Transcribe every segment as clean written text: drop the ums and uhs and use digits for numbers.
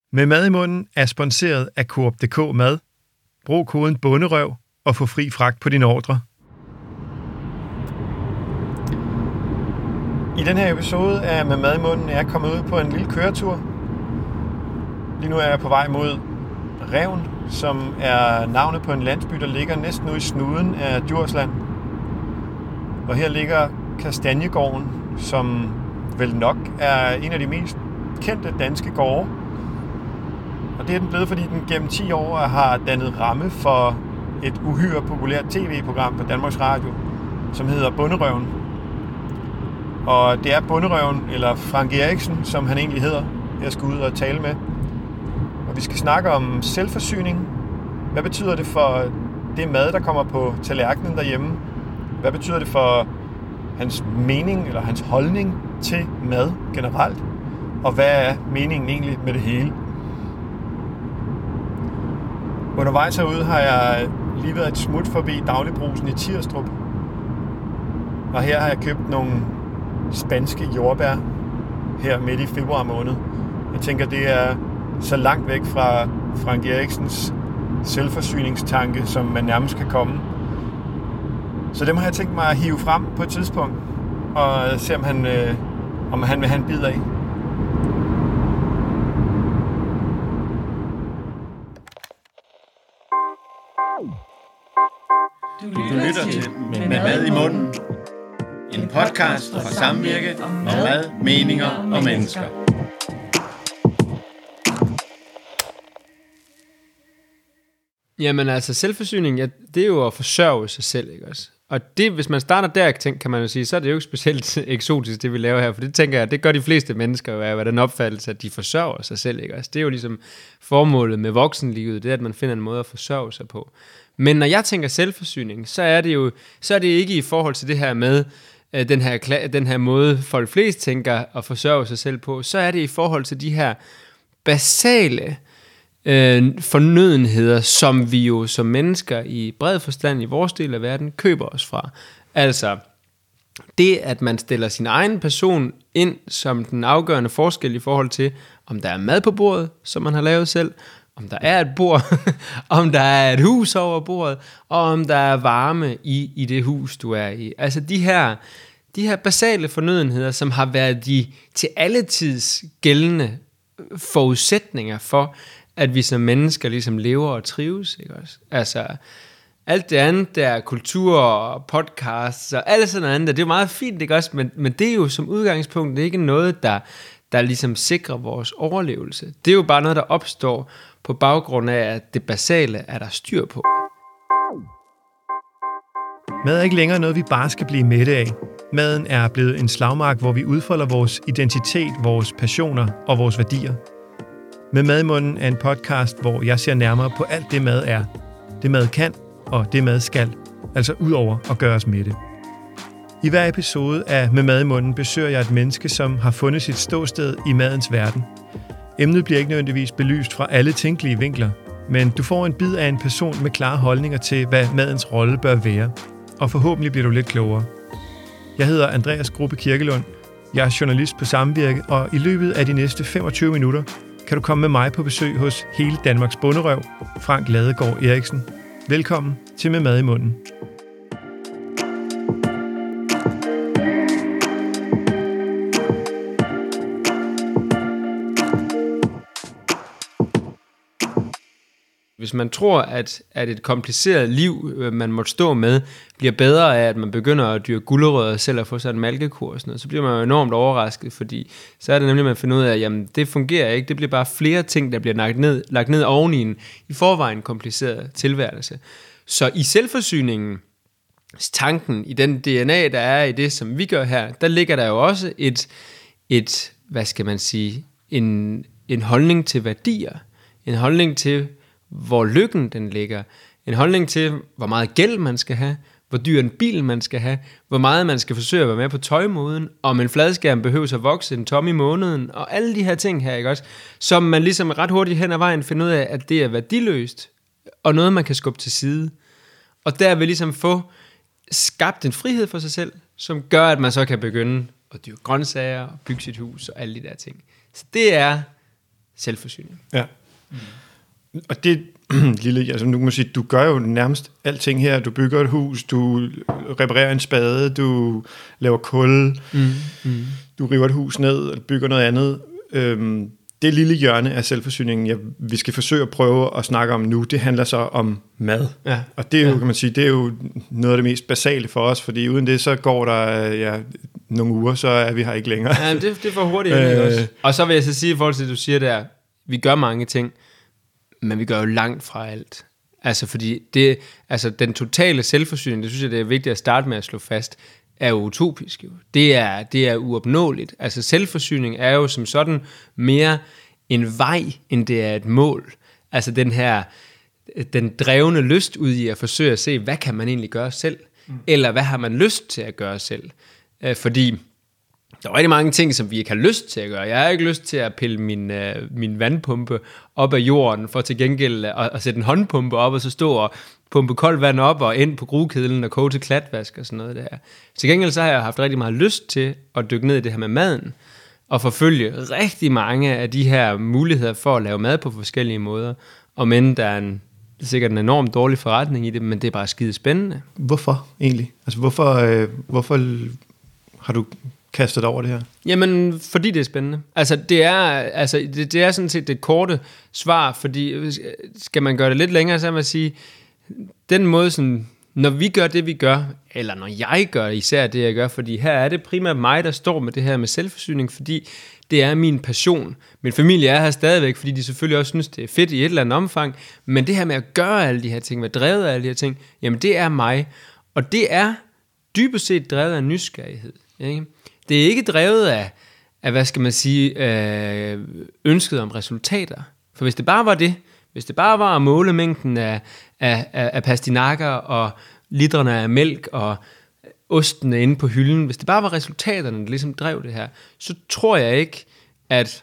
Med mad i munden er sponsoreret af Coop.dk Mad. Brug koden BONDERØV og få fri fragt på din ordre. I den her episode af Med mad i munden er jeg kommet ud på en lille køretur. Lige nu er jeg på vej mod Revn, som er navnet på en landsby, der ligger næsten ude i snuden af Djursland. Og her ligger Kastanjegården, som vel nok er en af de mest kendte danske gårde. Og det er den blevet, fordi den gennem 10 år har dannet ramme for et uhyre populært tv-program på Danmarks Radio, som hedder Bonderøven. Og det er Bonderøven, eller Frank Eriksen, som han egentlig hedder, jeg skal ud og tale med. Og vi skal snakke om selvforsyning. Hvad betyder det for det mad, der kommer på tallerkenen derhjemme? Hvad betyder det for hans mening eller hans holdning til mad generelt? Og hvad er meningen egentlig med det hele? Undervejs herude har jeg lige været et smut forbi Dagligbrusen i Tirstrup. Og her har jeg købt nogle spanske jordbær her midt i februar måned. Jeg tænker, det er så langt væk fra Frank Eriksens selvforsyningstanke, som man nærmest kan komme. Så dem har jeg tænkt mig at hive frem på et tidspunkt og se, om han vil have en bid af. Du lytter til Med mad i munden. En podcast fra Samvirke om mad, meninger og mennesker. Jamen altså, selvforsyning, ja, det er jo at forsørge sig selv, ikke også? Og det, hvis man starter der, kan man jo sige, så er det jo ikke specielt eksotisk, det vi laver her, for det tænker jeg, det gør de fleste mennesker jo af den opfattelse, at de forsørger sig selv, ikke også? Det er jo ligesom formålet med voksenlivet, det er, at man finder en måde at forsørge sig på. Men når jeg tænker selvforsyning, så er det ikke i forhold til det her med den her måde, folk flest tænker at forsørge sig selv på, så er det i forhold til de her basale fornødenheder, som vi jo som mennesker i bred forstand i vores del af verden køber os fra. Altså det, at man stiller sin egen person ind som den afgørende forskel i forhold til, om der er mad på bordet, som man har lavet selv, om der er et bord, om der er et hus over bordet, og om der er varme i det hus, du er i. Altså de her basale fornødenheder, som har været de til alle tids gældende forudsætninger for, at vi som mennesker ligesom lever og trives, ikke også? Altså, alt det andet, der er kultur og podcasts og alt sådan noget andet, det er jo meget fint, ikke også? Men det er jo som udgangspunkt ikke noget, der ligesom sikrer vores overlevelse. Det er jo bare noget, der opstår på baggrund af, at det basale er der styr på. Mad er ikke længere noget, vi bare skal blive mætte af. Maden er blevet en slagmark, hvor vi udfolder vores identitet, vores passioner og vores værdier. Med mad i munden er en podcast, hvor jeg ser nærmere på alt det mad er. Det mad kan, og det mad skal. Altså ud over at gøre os mætte. I hver episode af Med mad i munden besøger jeg et menneske, som har fundet sit ståsted i madens verden. Emnet bliver ikke nødvendigvis belyst fra alle tænkelige vinkler, men du får en bid af en person med klare holdninger til, hvad madens rolle bør være. Og forhåbentlig bliver du lidt klogere. Jeg hedder Andreas Grubbe Kirkelund. Jeg er journalist på Samvirke, og i løbet af de næste 25 minutter kan du komme med mig på besøg hos hele Danmarks bonderøv, Frank Ladegaard Eriksen. Velkommen til Med mad i munden. Hvis man tror, at et kompliceret liv, man måtte stå med, bliver bedre af, at man begynder at dyrke gulerødder selv og få sig en malkekur og sådan noget, så bliver man jo enormt overrasket, fordi så er det nemlig, at man finder ud af, at jamen, det fungerer ikke. Det bliver bare flere ting, der bliver lagt ned oven i en i forvejen kompliceret tilværelse. Så i selvforsyningen, tanken, i den DNA, der er i det, som vi gør her, der ligger der jo også et hvad skal man sige, en holdning til værdier, en holdning til hvor lykken den ligger, en holdning til, hvor meget gæld man skal have, hvor dyr en bil man skal have, hvor meget man skal forsøge at være med på tøjmoden, om en fladskærm behøver at vokse en tom i måneden, og alle de her ting her, ikke også, som man ligesom ret hurtigt hen ad vejen finder ud af, at det er værdiløst, og noget man kan skubbe til side. Og der vil ligesom få skabt en frihed for sig selv, som gør, at man så kan begynde at dyrke grøntsager, og bygge sit hus, og alle de der ting. Så det er selvforsyning. Ja. Og det lille, altså nu kan man sige, du gør jo nærmest alting her. Du bygger et hus, du reparerer en spade, du laver kul, du river et hus ned og bygger noget andet. Det lille hjørne af selvforsyningen, vi skal forsøge at prøve at snakke om nu, det handler så om mad. Ja. Og det er jo, kan man sige, det er jo noget af det mest basale for os, fordi uden det, så går der nogle uger, så er vi her ikke længere. Ja, det er for hurtigt også. Og så vil jeg så sige, i forhold til det, du siger der, vi gør mange ting, men vi gør jo langt fra alt. Altså fordi den totale selvforsyning, det synes jeg, det er vigtigt at starte med at slå fast, er jo utopisk. Jo. Det er uopnåeligt. Altså selvforsyning er jo som sådan mere en vej, end det er et mål. Altså den drevne lyst ud i at forsøge at se, hvad kan man egentlig gøre selv? Eller hvad har man lyst til at gøre selv? Fordi der er rigtig mange ting, som vi ikke har lyst til at gøre. Jeg har ikke lyst til at pille min vandpumpe op af jorden, for til gengæld at sætte en håndpumpe op, og så stå og pumpe koldt vand op og ind på gruekedlen og koge til klatvask og sådan noget der. Til gengæld så har jeg haft rigtig meget lyst til at dykke ned i det her med maden, og forfølge rigtig mange af de her muligheder for at lave mad på forskellige måder, og men der er sikkert en enormt dårlig forretning i det, men det er bare skide spændende. Hvorfor egentlig? Altså hvorfor har du kastet over det her? Jamen, fordi det er spændende. Altså, det er sådan set det korte svar, fordi skal man gøre det lidt længere, så vil man sige, den måde sådan, når vi gør det, vi gør, eller når jeg gør især det, jeg gør, fordi her er det primært mig, der står med det her med selvforsyning, fordi det er min passion. Min familie er her stadigvæk, fordi de selvfølgelig også synes, det er fedt i et eller andet omfang, men det her med at gøre alle de her ting, være drevet af alle de her ting, jamen det er mig. Og det er dybest set drevet af nysgerrighed, ikke? Det er ikke drevet af hvad skal man sige, ønsket om resultater. For hvis det bare var det, hvis det bare var at måle mængden af pastinakker og litrene af mælk og ostene inde på hylden, hvis det bare var resultaterne, der ligesom drev det her, så tror jeg ikke, at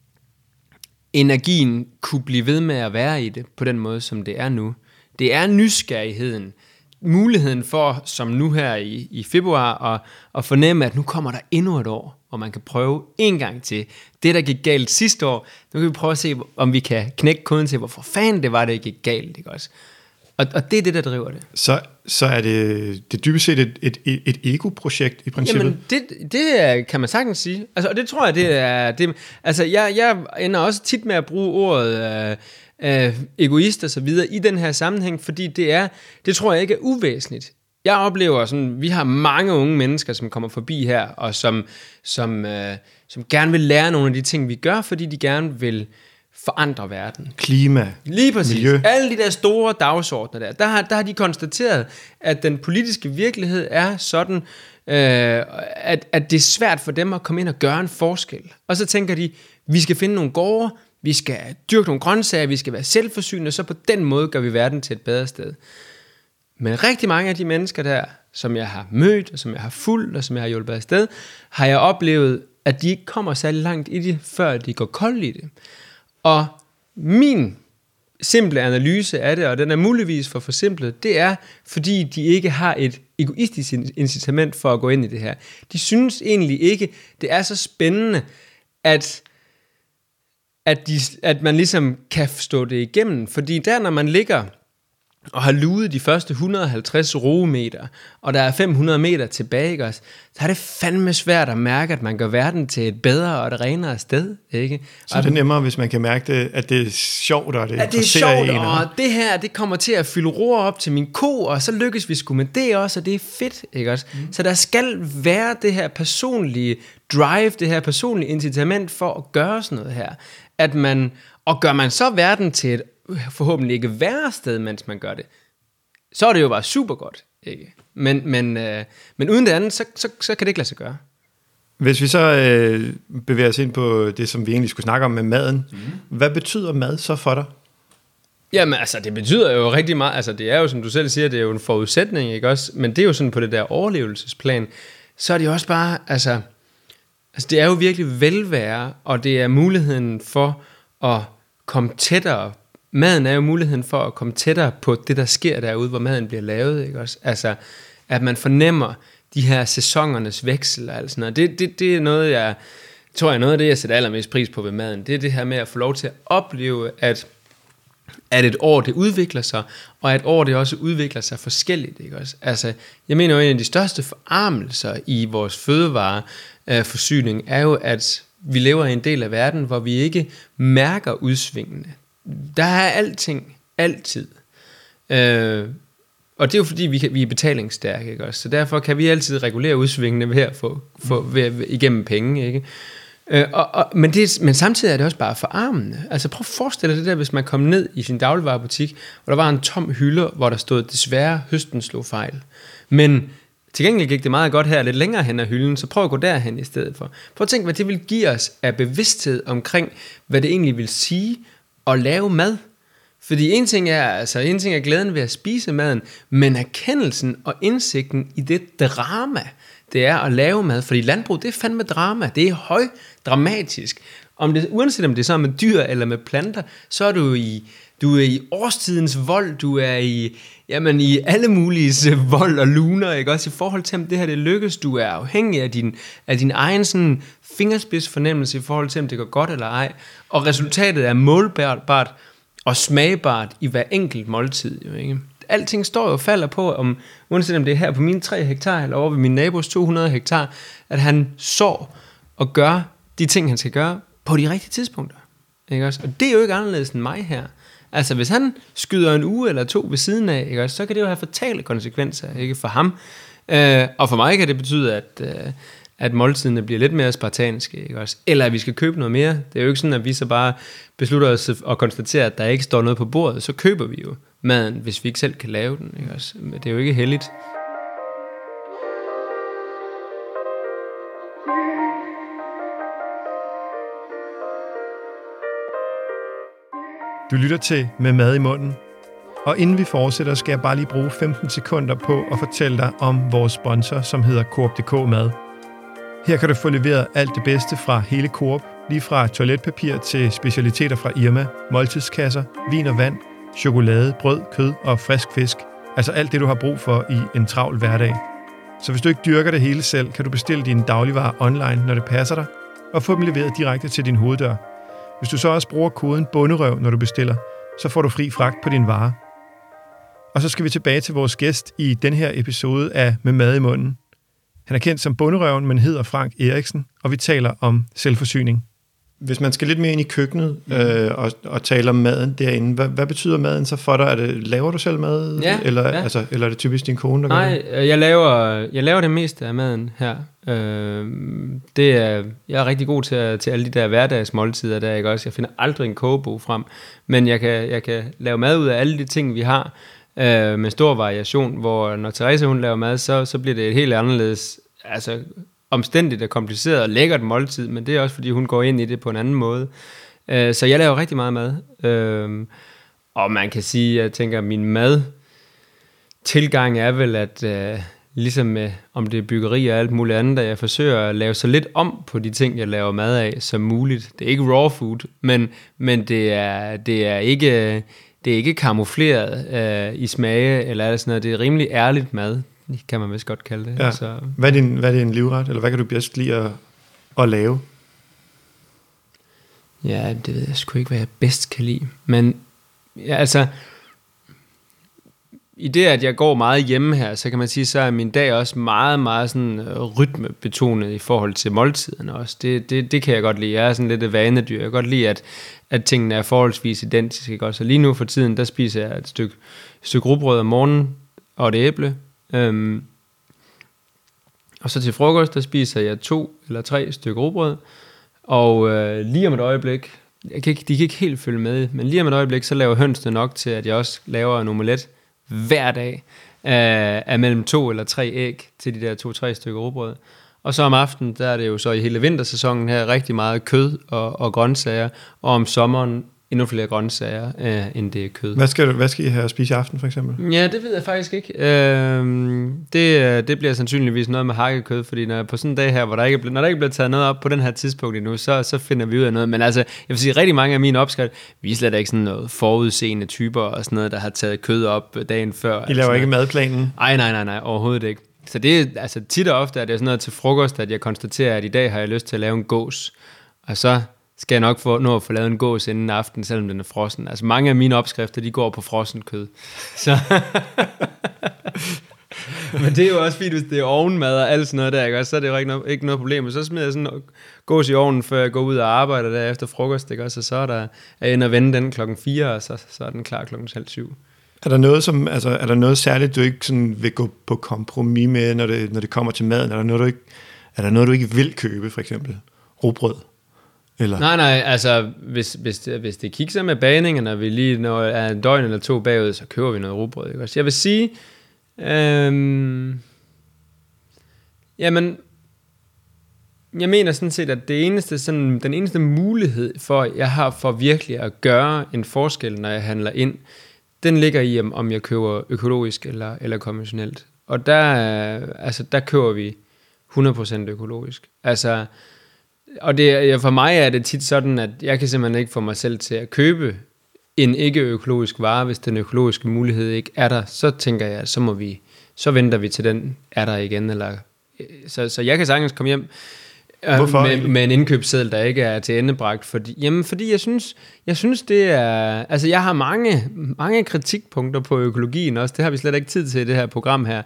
energien kunne blive ved med at være i det på den måde, som det er nu. Det er nysgerrigheden, muligheden for, som nu her i februar, at fornemme, at nu kommer der endnu et år, hvor man kan prøve en gang til. Det, der gik galt sidste år, nu kan vi prøve at se, om vi kan knække koden til, hvorfor fanden det var, det gik galt, ikke også? Og det er det, der driver det. Så er det dybest set et ego-projekt i princippet? Jamen, det kan man sagtens sige. Altså, og det tror jeg, det er... Det, altså, jeg ender også tit med at bruge ordet egoist og så videre i den her sammenhæng, fordi det tror jeg ikke er uvæsentligt. Jeg oplever sådan, vi har mange unge mennesker, som kommer forbi her, og som gerne vil lære nogle af de ting, vi gør, fordi de gerne vil forandre verden. Klima, lige præcis. Miljø. Alle de der store dagsordner der har de konstateret, at den politiske virkelighed er sådan, at det er svært for dem at komme ind og gøre en forskel. Og så tænker de, vi skal finde nogle gårde, vi skal dyrke nogle grøntsager, vi skal være selvforsynende, så på den måde gør vi verden til et bedre sted. Men rigtig mange af de mennesker der, som jeg har mødt, og som jeg har fulgt, og som jeg har hjulpet afsted, har jeg oplevet, at de ikke kommer særlig langt i det, før de går kold i det. Og min simple analyse af det, og den er muligvis for forsimplet, det er, fordi de ikke har et egoistisk incitament for at gå ind i det her. De synes egentlig ikke, det er så spændende, at man ligesom kan stå det igennem. Fordi der, når man ligger og har luet de første 150 roemeter, og der er 500 meter tilbage, ikke også, så er det fandme svært at mærke, at man gør verden til et bedre og et renere sted, ikke? Så det er nemmere, hvis man kan mærke det, at det er sjovt, og det er sjovt, og det her, det kommer til at fylde roer op til min ko, og så lykkes vi sgu med det også, og det er fedt, ikke også? Så der skal være det her personlige drive, det her personlige incitament for at gøre sådan noget her, og gør man så verden til et forhåbentlig ikke værre sted, mens man gør det, så er det jo bare super godt, ikke? Men uden det andet, så kan det ikke lade sig gøre. Hvis vi så bevæger os ind på det, som vi egentlig skulle snakke om med maden, hvad betyder mad så for dig? Jamen altså, det betyder jo rigtig meget, altså det er jo, som du selv siger, det er jo en forudsætning, ikke også? Men det er jo sådan på det der overlevelsesplan, så er det jo også bare, altså det er jo virkelig velvære, og det er muligheden for at komme tættere. Maden er jo muligheden for at komme tættere på det, der sker derude, hvor maden bliver lavet, ikke også? Altså, at man fornemmer de her sæsonernes veksel og alt sådan noget. Det er noget, tror jeg, noget af det, jeg sætter allermest pris på ved maden, det er det her med at få lov til at opleve, at et år det udvikler sig, og at et år det også udvikler sig forskelligt, ikke også? Altså, jeg mener jo, en af de største forarmelser i vores fødevareforsyning er jo, at vi lever i en del af verden, hvor vi ikke mærker udsvingene. Der er alting, altid. Og det er jo fordi, vi er betalingsstærke, ikke også? Så derfor kan vi altid regulere udsvingene ved at få igennem penge, ikke? Men samtidig er det også bare forarmende. Altså prøv at forestille dig det der, hvis man kom ned i sin dagligvarebutik, og der var en tom hylde, hvor der stod, desværre, høsten slog fejl. Men til gengæld gik det meget godt her lidt længere hen ad hylden, så prøv at gå derhen i stedet for. Prøv at tænke, hvad det vil give os af bevidsthed omkring, hvad det egentlig vil sige at lave mad. Fordi en ting er glæden ved at spise maden, men erkendelsen og indsigten i det drama, det er at lave mad. Fordi landbrug, det er fandme drama. Det er højdramatisk. Uanset om det er så med dyr eller med planter, så er du i årstidens vold, du er i alle mulige vold og luner, ikke? Også i forhold til, om det her det lykkes. Du er afhængig af din egen sådan fingerspidsfornemmelse i forhold til, om det går godt eller ej. Og resultatet er målbart og smagbart i hver enkelt måltid, jo, ikke? Alting står jo og falder på, uanset om det er her på mine 3 hektar, eller over ved min nabos 200 hektar, at han sår og gør de ting, han skal gøre, på de rigtige tidspunkter. Ikke også? Og det er jo ikke anderledes end mig her. Altså, hvis han skyder en uge eller 2 ved siden af, ikke også, så kan det jo have fatale konsekvenser, ikke, for ham. Og for mig kan det betyde, at måltidene bliver lidt mere spartanske, ikke også? Eller at vi skal købe noget mere. Det er jo ikke sådan, at vi så bare beslutter os og konstaterer, at der ikke står noget på bordet. Så køber vi jo maden, hvis vi ikke selv kan lave den, ikke også? Men det er jo ikke heldigt. Du lytter til Med mad i munden. Og inden vi fortsætter, skal jeg bare lige bruge 15 sekunder på at fortælle dig om vores sponsor, som hedder Coop.dk Mad. Her kan du få leveret alt det bedste fra hele Coop, lige fra toiletpapir til specialiteter fra Irma, måltidskasser, vin og vand, chokolade, brød, kød og frisk fisk. Altså alt det, du har brug for i en travl hverdag. Så hvis du ikke dyrker det hele selv, kan du bestille dine dagligvarer online, når det passer dig, og få dem leveret direkte til din hoveddør. Hvis du så også bruger koden BONDERØV, når du bestiller, så får du fri fragt på din varer. Og så skal vi tilbage til vores gæst i den her episode af Med mad i munden. Han er kendt som Bonderøven, men hedder Frank Eriksen, og vi taler om selvforsyning. Hvis man skal lidt mere ind i køkkenet og tale om maden derinde, hvad betyder maden så for dig? Laver du selv mad? Ja, eller er det typisk din kone, der gør det? Nej, jeg laver det meste af maden her. Jeg er rigtig god til alle de der hverdagsmåltider der, ikke også? Jeg finder aldrig en kogebog frem, men jeg kan lave mad ud af alle de ting, vi har, med stor variation, hvor når Therese hun laver mad, så bliver det et helt anderledes, altså omstændigt og kompliceret og lækkert måltid, men det er også fordi hun går ind i det på en anden måde. Så jeg laver rigtig meget mad. Og man kan sige, jeg tænker, at min madtilgang er vel, at ligesom med, om det er byggeri og alt muligt andet, at jeg forsøger at lave så lidt om på de ting, jeg laver mad af, som muligt. Det er ikke raw food, men det er ikke kamufleret i smage, eller er det sådan noget, det er rimelig ærligt mad, kan man vist godt kalde det. Ja. Så. Hvad er din livret, eller hvad kan du bedst lide at lave? Ja, det ved jeg sgu ikke, hvad jeg bedst kan lide. Men ja, altså, i det, at jeg går meget hjemme her, så kan man sige, så er min dag også meget, meget sådan rytmebetonet i forhold til måltiderne også. Det kan jeg godt lide. Jeg er sådan lidt et vanedyr. Jeg kan godt lide, at tingene er forholdsvis identiske. Ikke? Så lige nu for tiden, der spiser jeg et stykke rugbrød om morgenen og et æble. Og så til frokost, der spiser jeg 2 eller 3 stykker rugbrød. Og lige om et øjeblik, de kan ikke helt følge med, men lige om et øjeblik, så laver hønsene nok til, at jeg også laver en omelet hver dag af mellem 2 eller 3 æg til de der 2-3 stykker rugbrød. Og så om aftenen, der er det jo så i hele vintersæsonen her rigtig meget kød og grøntsager, og om sommeren endnu flere grøntsager, end det er kød. Hvad skal I have at spise i aften, for eksempel? Ja, det ved jeg faktisk ikke. Det bliver sandsynligvis noget med hakkekød, fordi når på sådan en dag her, hvor der ikke bliver taget noget op på den her tidspunkt endnu, så finder vi ud af noget. Men altså, jeg vil sige, rigtig mange af mine opskrifter, vi er slet ikke sådan noget forudseende typer og sådan noget, der har taget kød op dagen før. I laver ikke madplanen? Nej, overhovedet ikke. Så det er altså tit og ofte, at det er sådan noget til frokost, at jeg konstaterer, at i dag har jeg lyst til at lave en gås. Og så skal jeg nok nå at få lavet en gås inden aften, selvom den er frossen. Altså mange af mine opskrifter, de går på frossen kød. Så men det er jo også fint, hvis det er ovenmad og alt sådan noget der, ikke? Og så er det jo ikke noget problem. Og så smider jeg sådan gås i ovnen, før jeg går ud og arbejder der efter frokost, ikke? Og så er der, jeg ender at vende den 4:00, og så er den klar 6:30. Er der noget er der noget særligt, du ikke sådan vil gå på kompromis med, når det kommer til maden? Er der noget, du ikke vil købe, for eksempel rugbrød? Eller? Nej, altså hvis det kikser med bagningen, og vi lige når er en døgn eller 2 bagud, så køber vi noget rugbrød, ikke? Så jeg vil sige, jamen, jeg mener sådan set, at den eneste mulighed for, jeg har for virkelig at gøre en forskel, når jeg handler ind, den ligger i, om jeg køber økologisk eller konventionelt. Og der køber vi 100% økologisk. Altså, og for mig er det tit sådan, at jeg kan simpelthen ikke få mig selv til at købe en ikke-økologisk vare, hvis den økologiske mulighed ikke er der. Så tænker jeg, så venter vi til den er der igen. Så jeg kan sagtens komme hjem med en indkøbsseddel, der ikke er til endebragt. Fordi jeg synes det er... Altså jeg har mange kritikpunkter på økologien også. Det har vi slet ikke tid til i det her program her.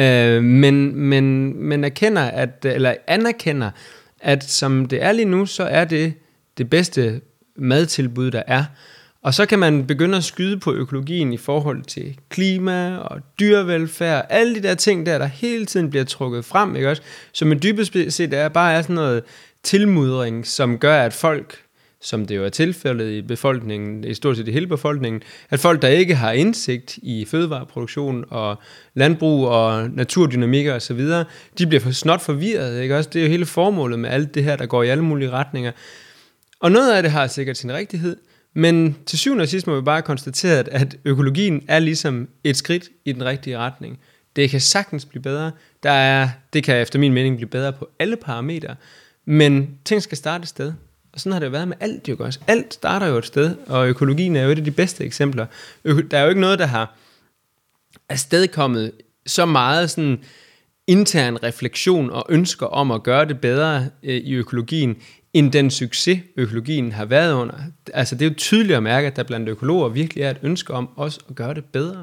Men anerkender, at som det er lige nu, så er det bedste madtilbud, der er. Og så kan man begynde at skyde på økologien i forhold til klima og dyrevelfærd, alle de der ting der hele tiden bliver trukket frem, ikke også? Så med dybest set bare er sådan noget tilmudring, som gør, at folk, som det jo er tilfældet i befolkningen, i stort set i hele befolkningen, at folk, der ikke har indsigt i fødevareproduktion og landbrug og naturdynamikker osv., de bliver for snot forvirret, ikke også? Det er jo hele formålet med alt det her, der går i alle mulige retninger. Og noget af det har sikkert sin rigtighed, men til syvende og sidst må vi bare konstatere, at økologien er ligesom et skridt i den rigtige retning. Det kan sagtens blive bedre. Det kan efter min mening blive bedre på alle parametre, men ting skal starte et sted. Og sådan har det jo været med alt, jo også. Alt starter jo et sted, og økologien er jo et af de bedste eksempler. Der er jo ikke noget, der har afstedkommet så meget sådan intern refleksion og ønsker om at gøre det bedre i økologien, end den succes, økologien har været under. Altså det er jo tydeligt at mærke, at der blandt økologer virkelig er et ønske om også at gøre det bedre.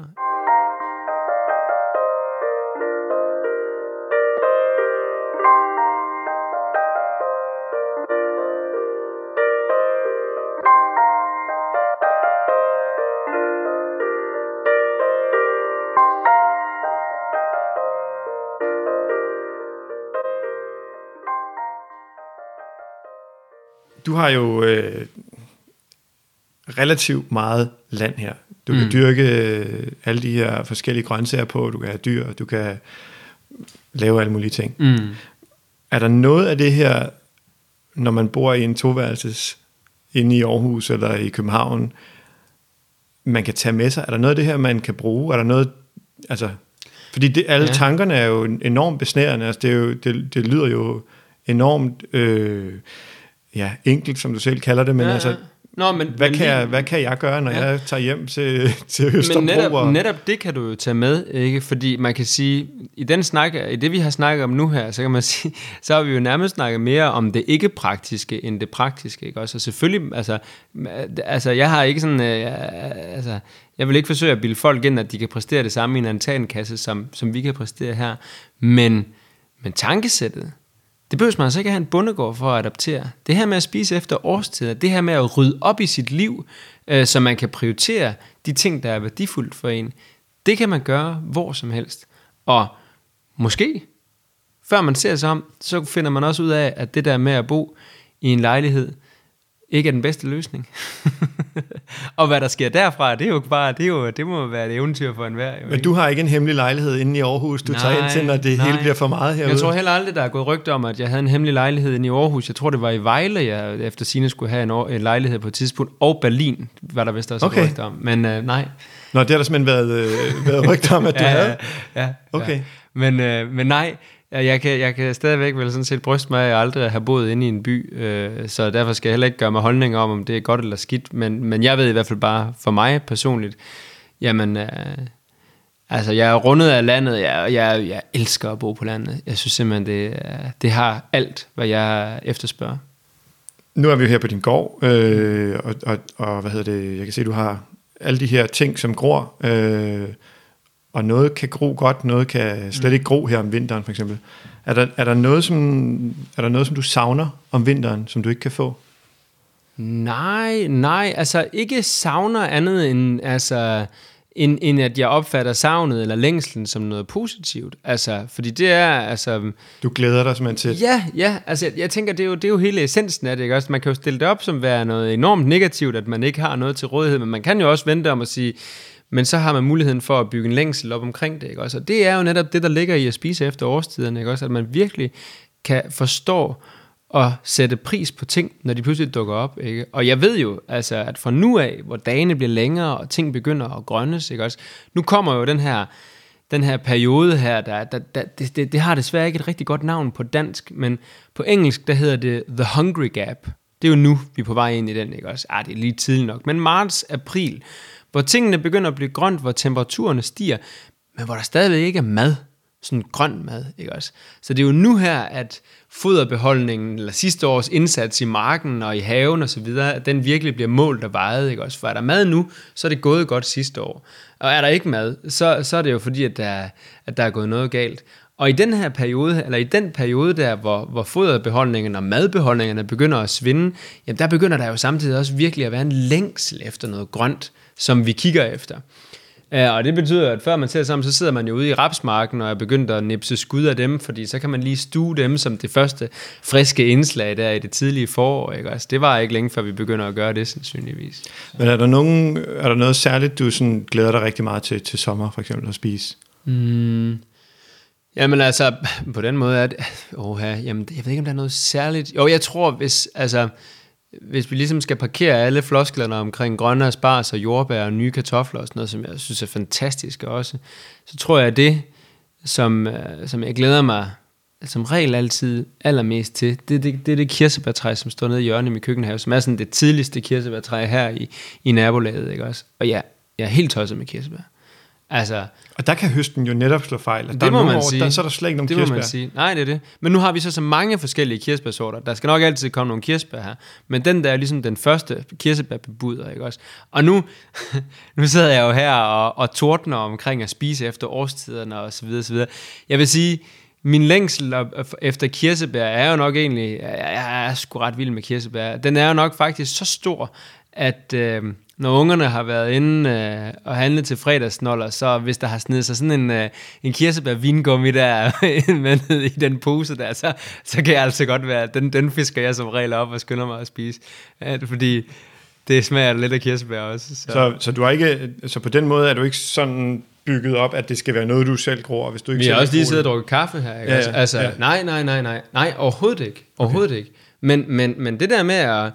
Du har jo relativt meget land her. Du kan dyrke alle de her forskellige grøntsager på, du kan have dyr, du kan lave alle mulige ting. Er der noget af det her, når man bor i en toværelses inde i Aarhus eller i København, man kan tage med sig? Er der noget af det her, man kan bruge? Er der noget, altså, fordi alle tankerne er jo enormt besnærende. Altså, det lyder jo enormt enkelt, som du selv kalder det, men altså, hvad kan jeg gøre, når jeg tager hjem til Østerbro? Men netop det kan du jo tage med, ikke? Fordi man kan sige, i det vi har snakket om nu her, så kan man sige, så har vi jo nærmest snakket mere om det ikke praktiske, end det praktiske, ikke? Også, og selvfølgelig, altså jeg har ikke sådan, jeg vil ikke forsøge at bilde folk ind, at de kan præstere det samme i en altankasse, som vi kan præstere her, men tankesættet, det behøver man altså ikke have en bondegård for at adaptere. Det her med at spise efter årstider, det her med at rydde op i sit liv, så man kan prioritere de ting, der er værdifuldt for en, det kan man gøre hvor som helst. Og måske, før man ser sig om, så finder man også ud af, at det der med at bo i en lejlighed, ikke er den bedste løsning. Og hvad der sker derfra, det er jo bare, det må være et eventyr for enhver. Men du har ikke en hemmelig lejlighed inde i Aarhus, du tager ind til, når det hele bliver for meget herude? Jeg tror heller aldrig, der er gået rygter om, at jeg havde en hemmelig lejlighed inde i Aarhus. Jeg tror, det var i Vejle, jeg efter sigende skulle have en lejlighed på et tidspunkt. Og Berlin var der vist også rygter om. Men nej. Nå, det har der simpelthen været rygter om, at du havde? Ja. Okay. Men nej. Jeg kan stadigvæk vel sådan set bryste mig, at jeg aldrig har boet inde i en by, så derfor skal jeg heller ikke gøre mig holdninger om det er godt eller skidt, men jeg ved i hvert fald bare for mig personligt, jamen Altså, jeg er rundet af landet, jeg elsker at bo på landet. Jeg synes simpelthen, det har alt, hvad jeg efterspørger. Nu er vi jo her på din gård, og hvad hedder det, jeg kan se, du har alle de her ting, som gror, og noget kan gro godt, noget kan slet ikke gro her om vinteren, for eksempel. Er der noget, som du savner om vinteren, som du ikke kan få? Nej, altså ikke savner andet end at jeg opfatter savnet eller længslen som noget positivt. Altså, fordi det er, altså... Du glæder dig simpelthen til... Ja, altså jeg tænker, det er jo hele essensen af det, ikke også? Man kan jo stille det op som være noget enormt negativt, at man ikke har noget til rådighed, men man kan jo også vente om at sige, men så har man muligheden for at bygge en længsel op omkring det, ikke også? Og det er jo netop det, der ligger i at spise efter årstiderne, ikke også? At man virkelig kan forstå og sætte pris på ting, når de pludselig dukker op, ikke? Og jeg ved jo, altså, at fra nu af, hvor dagene bliver længere, og ting begynder at grønnes, ikke også? Nu kommer jo den her periode her, det har desværre ikke et rigtig godt navn på dansk, men på engelsk, der hedder det The Hungry Gap. Det er jo nu, vi er på vej ind i den, ikke også? Det er lige tidligt nok, men marts, april, hvor tingene begynder at blive grønt, hvor temperaturerne stiger, men hvor der stadigvæk ikke er mad, sådan grøn mad, ikke også? Så det er jo nu her, at foderbeholdningen, eller sidste års indsats i marken og i haven og så videre, at den virkelig bliver målt og vejet, ikke også? For er der mad nu, så er det gået godt sidste år. Og er der ikke mad, så er det jo fordi, at der er gået noget galt. Og i den her periode, eller i den periode der, hvor foderbeholdningen og madbeholdningerne begynder at svinde, jamen der begynder der jo samtidig også virkelig at være en længsel efter noget grønt, som vi kigger efter. Og det betyder, at før man ser sammen, så sidder man jo ude i rapsmarken og er begyndt at nipse skud af dem, fordi så kan man lige stue dem som det første friske indslag der i det tidlige forår, ikke? Altså, det var ikke længe før vi begynder at gøre det sandsynligvis. Men er der noget særligt, du sådan glæder dig rigtig meget til sommer, for eksempel at spise? Jamen altså, på den måde er det... jamen, jeg ved ikke, om der er noget særligt... Jo, jeg tror, hvis vi ligesom skal parkere alle flosklerne omkring grønne asparges og jordbær og nye kartofler og sådan noget, som jeg synes er fantastisk også, så tror jeg, at det, som jeg glæder mig som regel altid allermest til, det er det kirsebærtræ, som står nede i hjørnet i min køkkenhave, som er sådan det tidligste kirsebærtræ her i nabolaget, ikke også? Og ja, jeg er helt tosset med kirsebær. Altså, og der kan høsten jo netop slå fejl. Altså, det må man sige. Så er der slet ikke nogen kirsebær. Det må man sige. Nej, det er det. Men nu har vi så mange forskellige kirsebærsorter. Der skal nok altid komme nogle kirsebær her. Men den der er ligesom den første kirsebærbebuder, ikke også? Og nu sidder jeg jo her og tordner omkring at spise efter årstiderne og så videre, så videre. Jeg vil sige, min længsel efter kirsebær er jo nok egentlig, jeg er sgu ret vild med kirsebær. Den er jo nok faktisk så stor, at når ungerne har været inde og handlet til fredagssnoller, så hvis der har snedet sig sådan en kirsebær-vingummi der med i den pose der, så kan jeg altså godt være, den fisker jeg som regel op og skynder mig at spise. Fordi det smager lidt af kirsebær også. Så du er ikke, så på den måde er du ikke sådan bygget op, at det skal være noget, du selv gror, hvis du ikke. Vi har også lige siddet og drukket kaffe her, ikke? Ja. Altså, nej, overhovedet ikke. Overhovedet ikke. Men det der med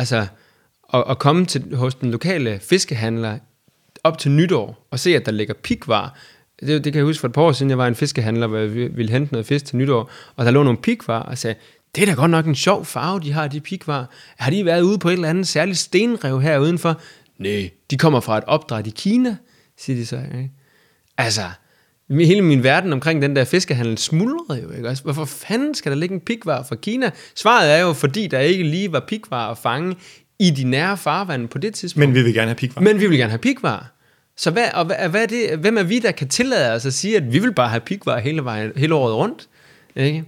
at komme hos den lokale fiskehandler op til nytår og se, at der ligger pikvar. Det kan jeg huske for et par år siden, jeg var en fiskehandler, hvor jeg ville hente noget fisk til nytår, og der lå nogle pikvar, og sagde, det er da godt nok en sjov farve, de har, de pikvar. Har de været ude på et eller andet særligt stenrev her udenfor? Nej, de kommer fra et opdræt i Kina, siger de så. Ikke? Altså, hele min verden omkring den der fiskehandel smuldrede jo, ikke? Altså, hvorfor fanden skal der ligge en pikvar fra Kina? Svaret er jo, fordi der ikke lige var pikvar at fange i de nære farvande på det tidspunkt. Men vi vil gerne have pikvar. Så hvad er det? Hvem er vi, der kan tillade os at sige, at vi vil bare have pikvar hele året rundt? Ikke?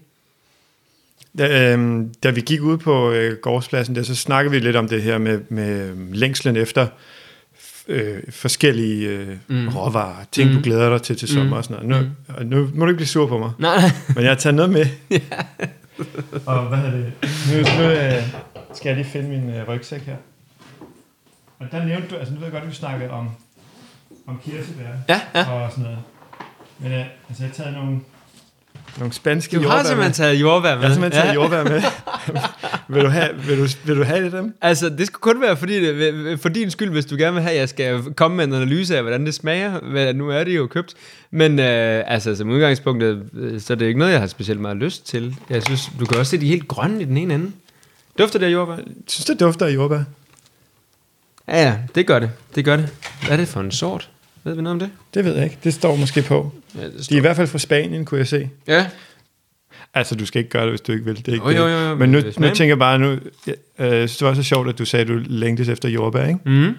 Da vi gik ud på gårdspladsen der, så snakkede vi lidt om det her med længslen efter forskellige råvarer, ting du glæder dig til sommer og sådan noget. Nu må du ikke blive sur på mig. Nej. Men jeg har taget noget med. Ja. Og hvad er det? Nu skal jeg lige finde min rygsæk her. Og der nævnte du, altså nu ved jeg godt, at vi snakkede om kirsebær og sådan noget. Men jeg har taget nogle spanske jordbær med. Du har simpelthen taget jordbær med. Jeg har simpelthen taget jordbær med. vil du have det dem? Altså, det skulle kun være for din skyld, hvis du gerne vil have, at jeg skal komme med en analyse af, hvordan det smager. Nu er det jo købt. Men som udgangspunkt, så er det ikke noget, jeg har specielt meget lyst til. Jeg synes, du kan også se, de er helt grønne i den ene ende. Dufter det af jordbær? Jeg synes, det dufter af jordbær. Ja, det gør det. Hvad er det for en sort? Ved vi noget om det? Det ved jeg ikke. Det står måske på. Ja, De er i hvert fald fra Spanien, kunne jeg se. Ja. Altså, du skal ikke gøre det, hvis du ikke vil. Det er ikke Jo. Men nu tænker jeg bare, det var så sjovt, at du sagde, at du længtes efter jordbær, ikke? Mm.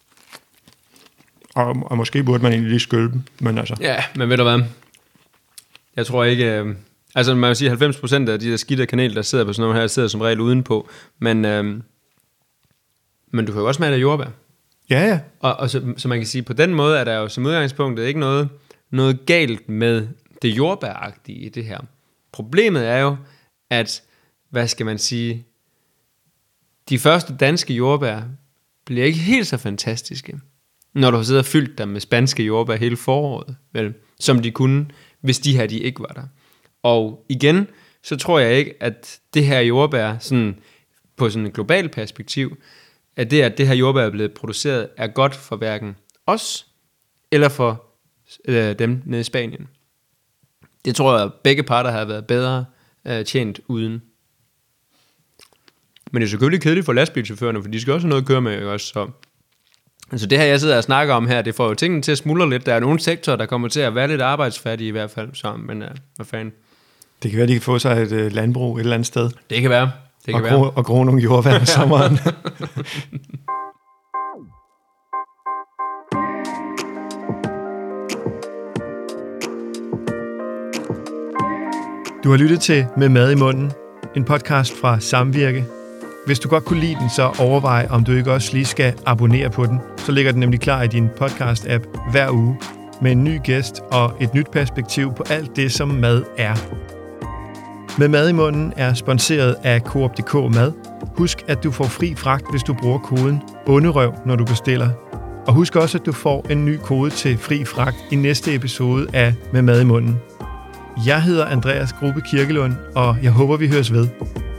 Og måske burde man egentlig lige skylde dem, men altså... Ja, men ved du hvad? Jeg tror ikke... altså, man vil sige, 90% af de der skidte kanel, der sidder på sådan noget her, sidder som regel udenpå. Men du kan jo også smage af jordbær. Ja. Og så man kan sige, på den måde er der jo som udgangspunkt ikke noget galt med det jordbæragtige i det her. Problemet er jo, at, hvad skal man sige, de første danske jordbær bliver ikke helt så fantastiske, når du har siddet og fyldt dem med spanske jordbær hele foråret, vel, som de kunne, hvis de her de ikke var der. Og igen, så tror jeg ikke, at det her jordbær, sådan, på sådan et globalt perspektiv, at det her jordbær er blevet produceret, er godt for hverken os, eller for dem nede i Spanien. Det tror jeg, at begge parter har været bedre tjent uden. Men det er selvfølgelig kedeligt for lastbilchaufførerne, for de skal også have noget at køre med, ikke også? Så altså det her, jeg sidder og snakker om her, det får jo tingene til at smuldre lidt. Der er nogle sektorer, der kommer til at være lidt arbejdsfattige i hvert fald. Så, men hvad fanden? Det kan være, de kan få sig et landbrug et eller andet sted. Det kan være. Og gro nogle jordbær om sommeren. Du har lyttet til Med Mad i Munden, en podcast fra Samvirke. Hvis du godt kunne lide den, så overvej, om du ikke også lige skal abonnere på den. Så ligger den nemlig klar i din podcast-app hver uge, med en ny gæst og et nyt perspektiv på alt det, som mad er. Med Mad i Munden er sponsoreret af Coop.dk Mad. Husk, at du får fri fragt, hvis du bruger koden bonderøv, når du bestiller. Og husk også, at du får en ny kode til fri fragt i næste episode af Med Mad i Munden. Jeg hedder Andreas Grube Kirkelund, og jeg håber, vi høres ved.